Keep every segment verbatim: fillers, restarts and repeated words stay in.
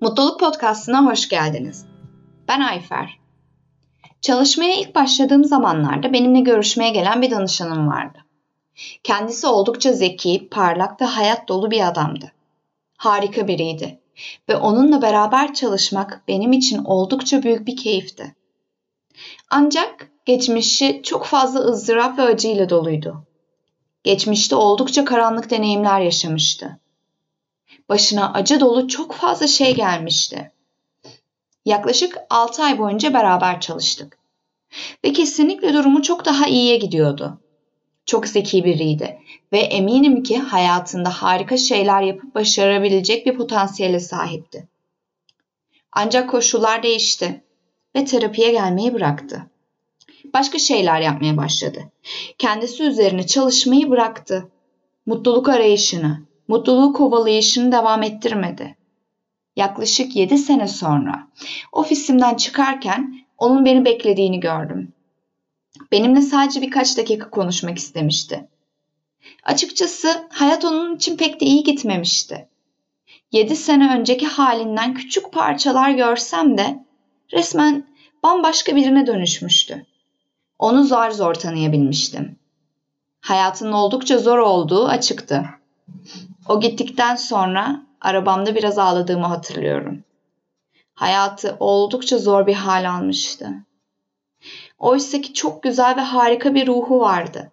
Mutluluk Podcast'ına hoş geldiniz. Ben Ayfer. Çalışmaya ilk başladığım zamanlarda benimle görüşmeye gelen bir danışanım vardı. Kendisi oldukça zeki, parlak ve hayat dolu bir adamdı. Harika biriydi ve onunla beraber çalışmak benim için oldukça büyük bir keyifti. Ancak geçmişi çok fazla ızdırap ve acıyla doluydu. Geçmişte oldukça karanlık deneyimler yaşamıştı. Başına acı dolu çok fazla şey gelmişti. Yaklaşık altı ay boyunca beraber çalıştık. Ve kesinlikle durumu çok daha iyiye gidiyordu. Çok zeki biriydi ve eminim ki hayatında harika şeyler yapıp başarabilecek bir potansiyele sahipti. Ancak koşullar değişti ve terapiye gelmeyi bıraktı. Başka şeyler yapmaya başladı. Kendisi üzerine çalışmayı bıraktı. Mutluluk arayışını, mutluluğu kovalayışını devam ettirmedi. Yaklaşık yedi sene sonra ofisimden çıkarken onun beni beklediğini gördüm. Benimle sadece birkaç dakika konuşmak istemişti. Açıkçası hayat onun için pek de iyi gitmemişti. Yedi sene önceki halinden küçük parçalar görsem de resmen bambaşka birine dönüşmüştü. Onu zar zor tanıyabilmiştim. Hayatının oldukça zor olduğu açıktı. O gittikten sonra arabamda biraz ağladığımı hatırlıyorum. Hayatı oldukça zor bir hal almıştı. Oysa ki çok güzel ve harika bir ruhu vardı.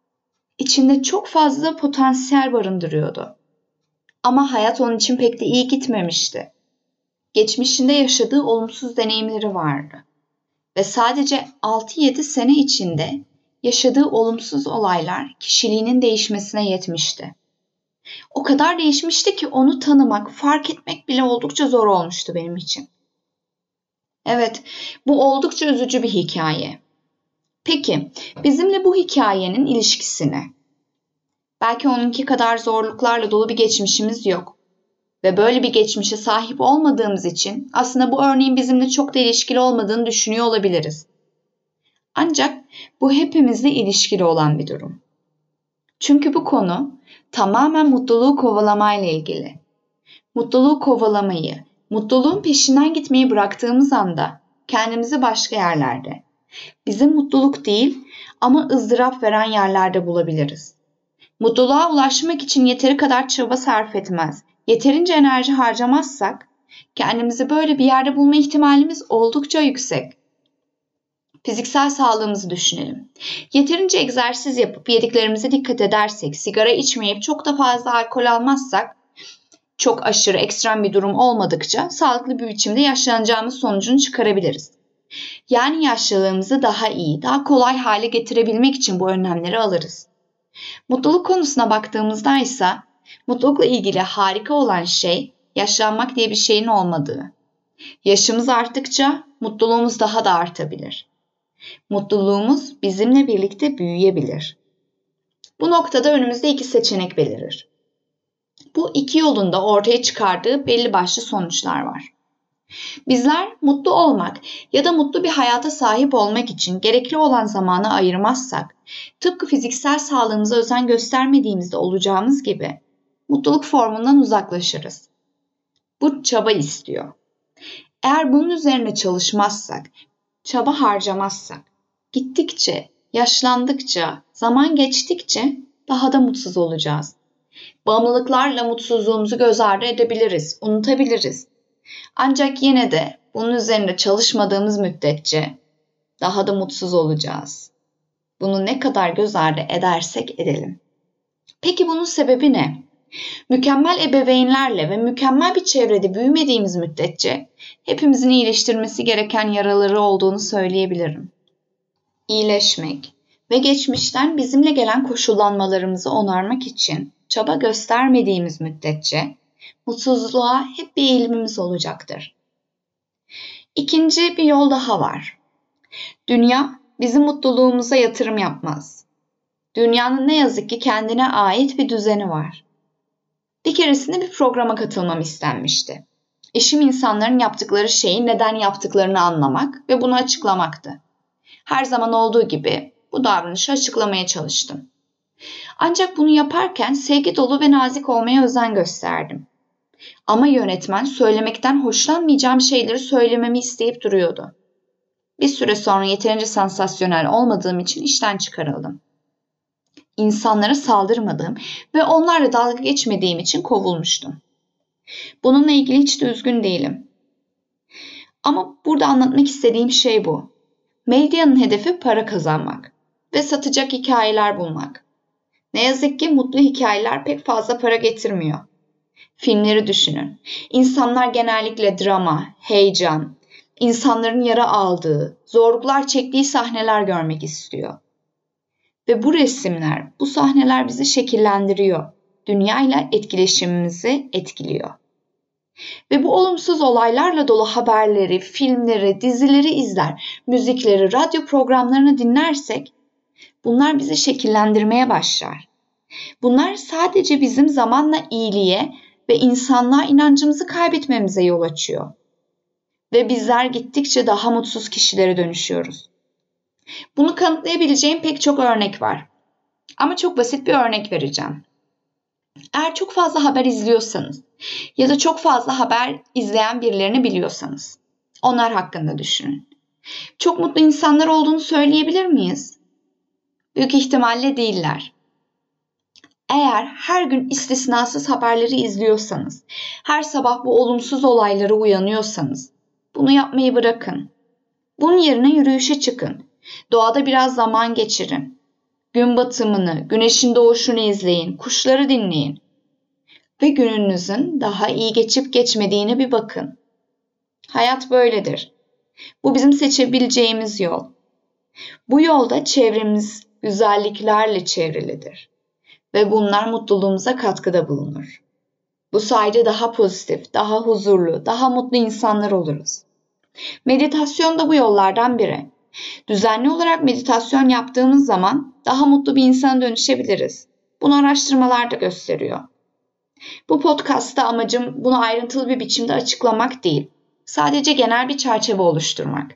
İçinde çok fazla potansiyel barındırıyordu. Ama hayat onun için pek de iyi gitmemişti. Geçmişinde yaşadığı olumsuz deneyimleri vardı. Ve sadece altı yedi sene içinde yaşadığı olumsuz olaylar kişiliğinin değişmesine yetmişti. O kadar değişmişti ki onu tanımak, fark etmek bile oldukça zor olmuştu benim için. Evet, bu oldukça üzücü bir hikaye. Peki, bizimle bu hikayenin ilişkisi ne? Belki onunki kadar zorluklarla dolu bir geçmişimiz yok. Ve böyle bir geçmişe sahip olmadığımız için aslında bu örneğin bizimle çok da ilişkili olmadığını düşünüyor olabiliriz. Ancak bu hepimizle ilişkili olan bir durum. Çünkü bu konu tamamen mutluluğu kovalamayla ilgili. Mutluluğu kovalamayı, mutluluğun peşinden gitmeyi bıraktığımız anda kendimizi başka yerlerde, bize mutluluk değil ama ızdırap veren yerlerde bulabiliriz. Mutluluğa ulaşmak için yeteri kadar çaba sarf etmez, yeterince enerji harcamazsak kendimizi böyle bir yerde bulma ihtimalimiz oldukça yüksek. Fiziksel sağlığımızı düşünelim. Yeterince egzersiz yapıp yediklerimize dikkat edersek, sigara içmeyip çok da fazla alkol almazsak, çok aşırı ekstrem bir durum olmadıkça sağlıklı bir biçimde yaşlanacağımız sonucunu çıkarabiliriz. Yani yaşlılığımızı daha iyi, daha kolay hale getirebilmek için bu önlemleri alırız. Mutluluk konusuna baktığımızda ise mutlulukla ilgili harika olan şey yaşlanmak diye bir şeyin olmadığı. Yaşımız arttıkça mutluluğumuz daha da artabilir. Mutluluğumuz bizimle birlikte büyüyebilir. Bu noktada önümüzde iki seçenek belirir. Bu iki yolun da ortaya çıkardığı belli başlı sonuçlar var. Bizler mutlu olmak ya da mutlu bir hayata sahip olmak için gerekli olan zamanı ayırmazsak, tıpkı fiziksel sağlığımıza özen göstermediğimizde olacağımız gibi mutluluk formundan uzaklaşırız. Bu çaba istiyor. Eğer bunun üzerine çalışmazsak, çaba harcamazsak, gittikçe, yaşlandıkça, zaman geçtikçe daha da mutsuz olacağız. Bağımlılıklarla mutsuzluğumuzu göz ardı edebiliriz, unutabiliriz. Ancak yine de bunun üzerinde çalışmadığımız müddetçe daha da mutsuz olacağız. Bunu ne kadar göz ardı edersek edelim. Peki bunun sebebi ne? Mükemmel ebeveynlerle ve mükemmel bir çevrede büyümediğimiz müddetçe hepimizin iyileştirmesi gereken yaraları olduğunu söyleyebilirim. İyileşmek ve geçmişten bizimle gelen koşullanmalarımızı onarmak için çaba göstermediğimiz müddetçe mutsuzluğa hep bir eğilimimiz olacaktır. İkinci bir yol daha var. Dünya bizim mutluluğumuza yatırım yapmaz. Dünyanın ne yazık ki kendine ait bir düzeni var. Bir keresinde bir programa katılmam istenmişti. İşim insanların yaptıkları şeyi neden yaptıklarını anlamak ve bunu açıklamaktı. Her zaman olduğu gibi bu davranışı açıklamaya çalıştım. Ancak bunu yaparken sevgi dolu ve nazik olmaya özen gösterdim. Ama yönetmen söylemekten hoşlanmayacağım şeyleri söylememi isteyip duruyordu. Bir süre sonra yeterince sansasyonel olmadığım için işten çıkarıldım. İnsanlara saldırmadığım ve onlarla dalga geçmediğim için kovulmuştum. Bununla ilgili hiç de üzgün değilim. Ama burada anlatmak istediğim şey bu. Medyanın hedefi para kazanmak ve satacak hikayeler bulmak. Ne yazık ki mutlu hikayeler pek fazla para getirmiyor. Filmleri düşünün. İnsanlar genellikle drama, heyecan, insanların yara aldığı, zorluklar çektiği sahneler görmek istiyor. Ve bu resimler, bu sahneler bizi şekillendiriyor. Dünyayla etkileşimimizi etkiliyor. Ve bu olumsuz olaylarla dolu haberleri, filmleri, dizileri izler, müzikleri, radyo programlarını dinlersek bunlar bizi şekillendirmeye başlar. Bunlar sadece bizim zamanla iyiliğe ve insanlığa inancımızı kaybetmemize yol açıyor. Ve bizler gittikçe daha mutsuz kişilere dönüşüyoruz. Bunu kanıtlayabileceğim pek çok örnek var. Ama çok basit bir örnek vereceğim. Eğer çok fazla haber izliyorsanız ya da çok fazla haber izleyen birilerini biliyorsanız, onlar hakkında düşünün. Çok mutlu insanlar olduğunu söyleyebilir miyiz? Büyük ihtimalle değiller. Eğer her gün istisnasız haberleri izliyorsanız, her sabah bu olumsuz olaylara uyanıyorsanız, bunu yapmayı bırakın. Bunun yerine yürüyüşe çıkın. Doğada biraz zaman geçirin. Gün batımını, güneşin doğuşunu izleyin, kuşları dinleyin. Ve gününüzün daha iyi geçip geçmediğine bir bakın. Hayat böyledir. Bu bizim seçebileceğimiz yol. Bu yolda çevremiz güzelliklerle çevrilidir. Ve bunlar mutluluğumuza katkıda bulunur. Bu sayede daha pozitif, daha huzurlu, daha mutlu insanlar oluruz. Meditasyon da bu yollardan biri. Düzenli olarak meditasyon yaptığımız zaman daha mutlu bir insana dönüşebiliriz. Bunu araştırmalar da gösteriyor. Bu podcastta amacım bunu ayrıntılı bir biçimde açıklamak değil. Sadece genel bir çerçeve oluşturmak.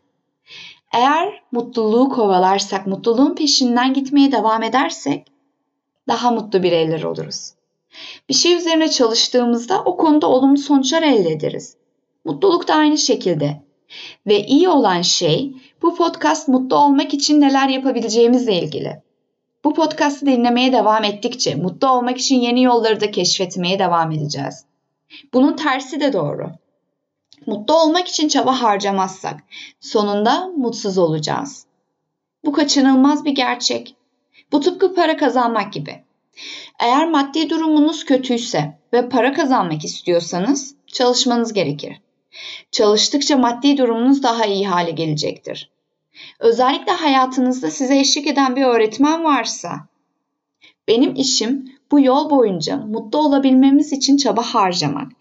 Eğer mutluluğu kovalarsak, mutluluğun peşinden gitmeye devam edersek daha mutlu bireyler oluruz. Bir şey üzerine çalıştığımızda o konuda olumlu sonuçlar elde ederiz. Mutluluk da aynı şekilde. Ve iyi olan şey bu podcast mutlu olmak için neler yapabileceğimizle ilgili. Bu podcast'ı dinlemeye devam ettikçe mutlu olmak için yeni yolları da keşfetmeye devam edeceğiz. Bunun tersi de doğru. Mutlu olmak için çaba harcamazsak sonunda mutsuz olacağız. Bu kaçınılmaz bir gerçek. Bu tıpkı para kazanmak gibi. Eğer maddi durumunuz kötüyse ve para kazanmak istiyorsanız çalışmanız gerekir. Çalıştıkça maddi durumunuz daha iyi hale gelecektir. Özellikle hayatınızda size eşlik eden bir öğretmen varsa, benim işim bu yol boyunca mutlu olabilmemiz için çaba harcamak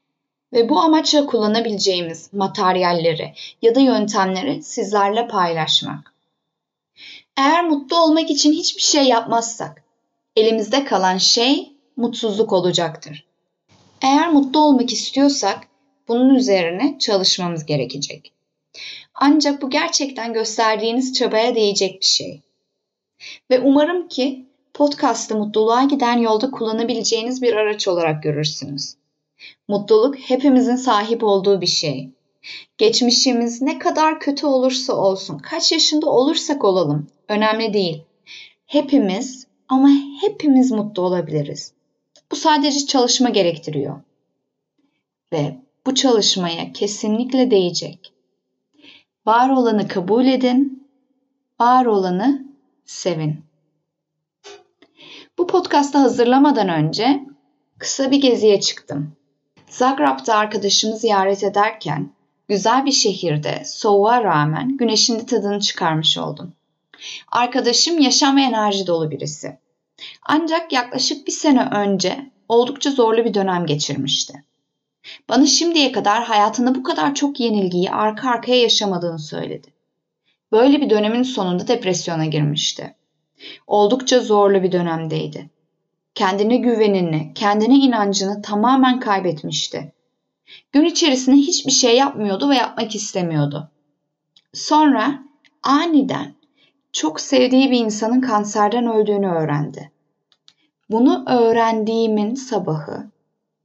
ve bu amaçla kullanabileceğimiz materyalleri ya da yöntemleri sizlerle paylaşmak. Eğer mutlu olmak için hiçbir şey yapmazsak, elimizde kalan şey mutsuzluk olacaktır. Eğer mutlu olmak istiyorsak, bunun üzerine çalışmamız gerekecek. Ancak bu gerçekten gösterdiğiniz çabaya değecek bir şey. Ve umarım ki podcast'ı mutluluğa giden yolda kullanabileceğiniz bir araç olarak görürsünüz. Mutluluk hepimizin sahip olduğu bir şey. Geçmişimiz ne kadar kötü olursa olsun, kaç yaşında olursak olalım, önemli değil. Hepimiz ama hepimiz mutlu olabiliriz. Bu sadece çalışma gerektiriyor. Ve bu çalışmaya kesinlikle değecek. Var olanı kabul edin, var olanı sevin. Bu podcast'ı hazırlamadan önce kısa bir geziye çıktım. Zagreb'de arkadaşımı ziyaret ederken güzel bir şehirde soğuğa rağmen güneşin de tadını çıkarmış oldum. Arkadaşım yaşam ve enerji dolu birisi. Ancak yaklaşık bir sene önce oldukça zorlu bir dönem geçirmişti. Bana şimdiye kadar hayatında bu kadar çok yenilgiyi arka arkaya yaşamadığını söyledi. Böyle bir dönemin sonunda depresyona girmişti. Oldukça zorlu bir dönemdeydi. Kendine güvenini, kendine inancını tamamen kaybetmişti. Gün içerisinde hiçbir şey yapmıyordu ve yapmak istemiyordu. Sonra aniden çok sevdiği bir insanın kanserden öldüğünü öğrendi. Bunu öğrendiğimin sabahı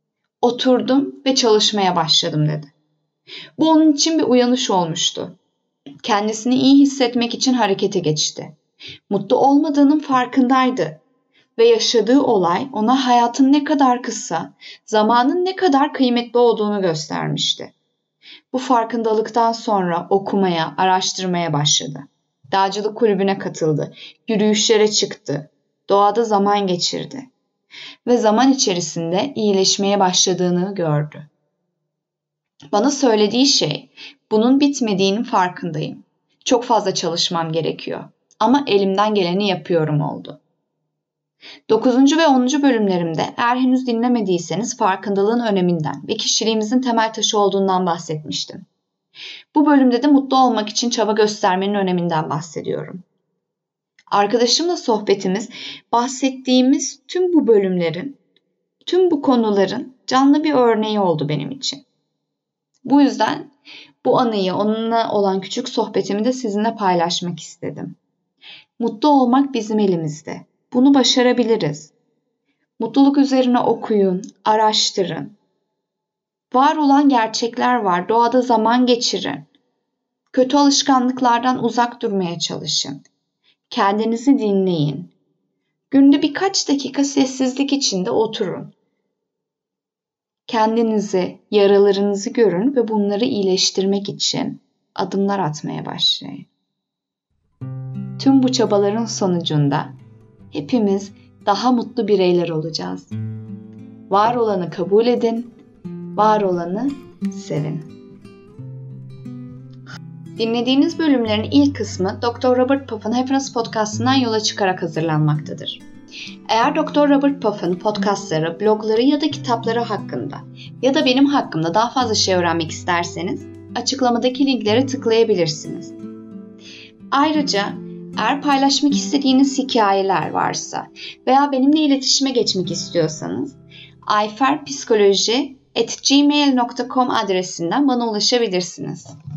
Oturdum ve çalışmaya başladım dedi. Bu onun için bir uyanış olmuştu. Kendisini iyi hissetmek için harekete geçti. Mutlu olmadığının farkındaydı ve yaşadığı olay ona hayatın ne kadar kısa, zamanın ne kadar kıymetli olduğunu göstermişti. Bu farkındalıktan sonra okumaya, araştırmaya başladı. Dağcılık kulübüne katıldı, yürüyüşlere çıktı, doğada zaman geçirdi ve zaman içerisinde iyileşmeye başladığını gördü. Bana söylediği şey, bunun bitmediğinin farkındayım. Çok fazla çalışmam gerekiyor ama elimden geleni yapıyorum oldu. dokuzuncu ve onuncu bölümlerimde eğer henüz dinlemediyseniz farkındalığın öneminden ve kişiliğimizin temel taşı olduğundan bahsetmiştim. Bu bölümde de mutlu olmak için çaba göstermenin öneminden bahsediyorum. Arkadaşımla sohbetimiz bahsettiğimiz tüm bu bölümlerin, tüm bu konuların canlı bir örneği oldu benim için. Bu yüzden bu anıyı, onunla olan küçük sohbetimi de sizinle paylaşmak istedim. Mutlu olmak bizim elimizde. Bunu başarabiliriz. Mutluluk üzerine okuyun, araştırın. Var olan gerçekler var. Doğada zaman geçirin. Kötü alışkanlıklardan uzak durmaya çalışın. Kendinizi dinleyin. Günde birkaç dakika sessizlik içinde oturun. Kendinizi, yaralarınızı görün ve bunları iyileştirmek için adımlar atmaya başlayın. Tüm bu çabaların sonucunda hepimiz daha mutlu bireyler olacağız. Var olanı kabul edin, var olanı sevin. Dinlediğiniz bölümlerin ilk kısmı doktor Robert Puff'ın Happiness Podcast'ından yola çıkarak hazırlanmaktadır. Eğer doktor Robert Puff'ın podcastları, blogları ya da kitapları hakkında ya da benim hakkımda daha fazla şey öğrenmek isterseniz açıklamadaki linklere tıklayabilirsiniz. Ayrıca eğer paylaşmak istediğiniz hikayeler varsa veya benimle iletişime geçmek istiyorsanız ayferpsikoloji at gmail nokta com adresinden bana ulaşabilirsiniz.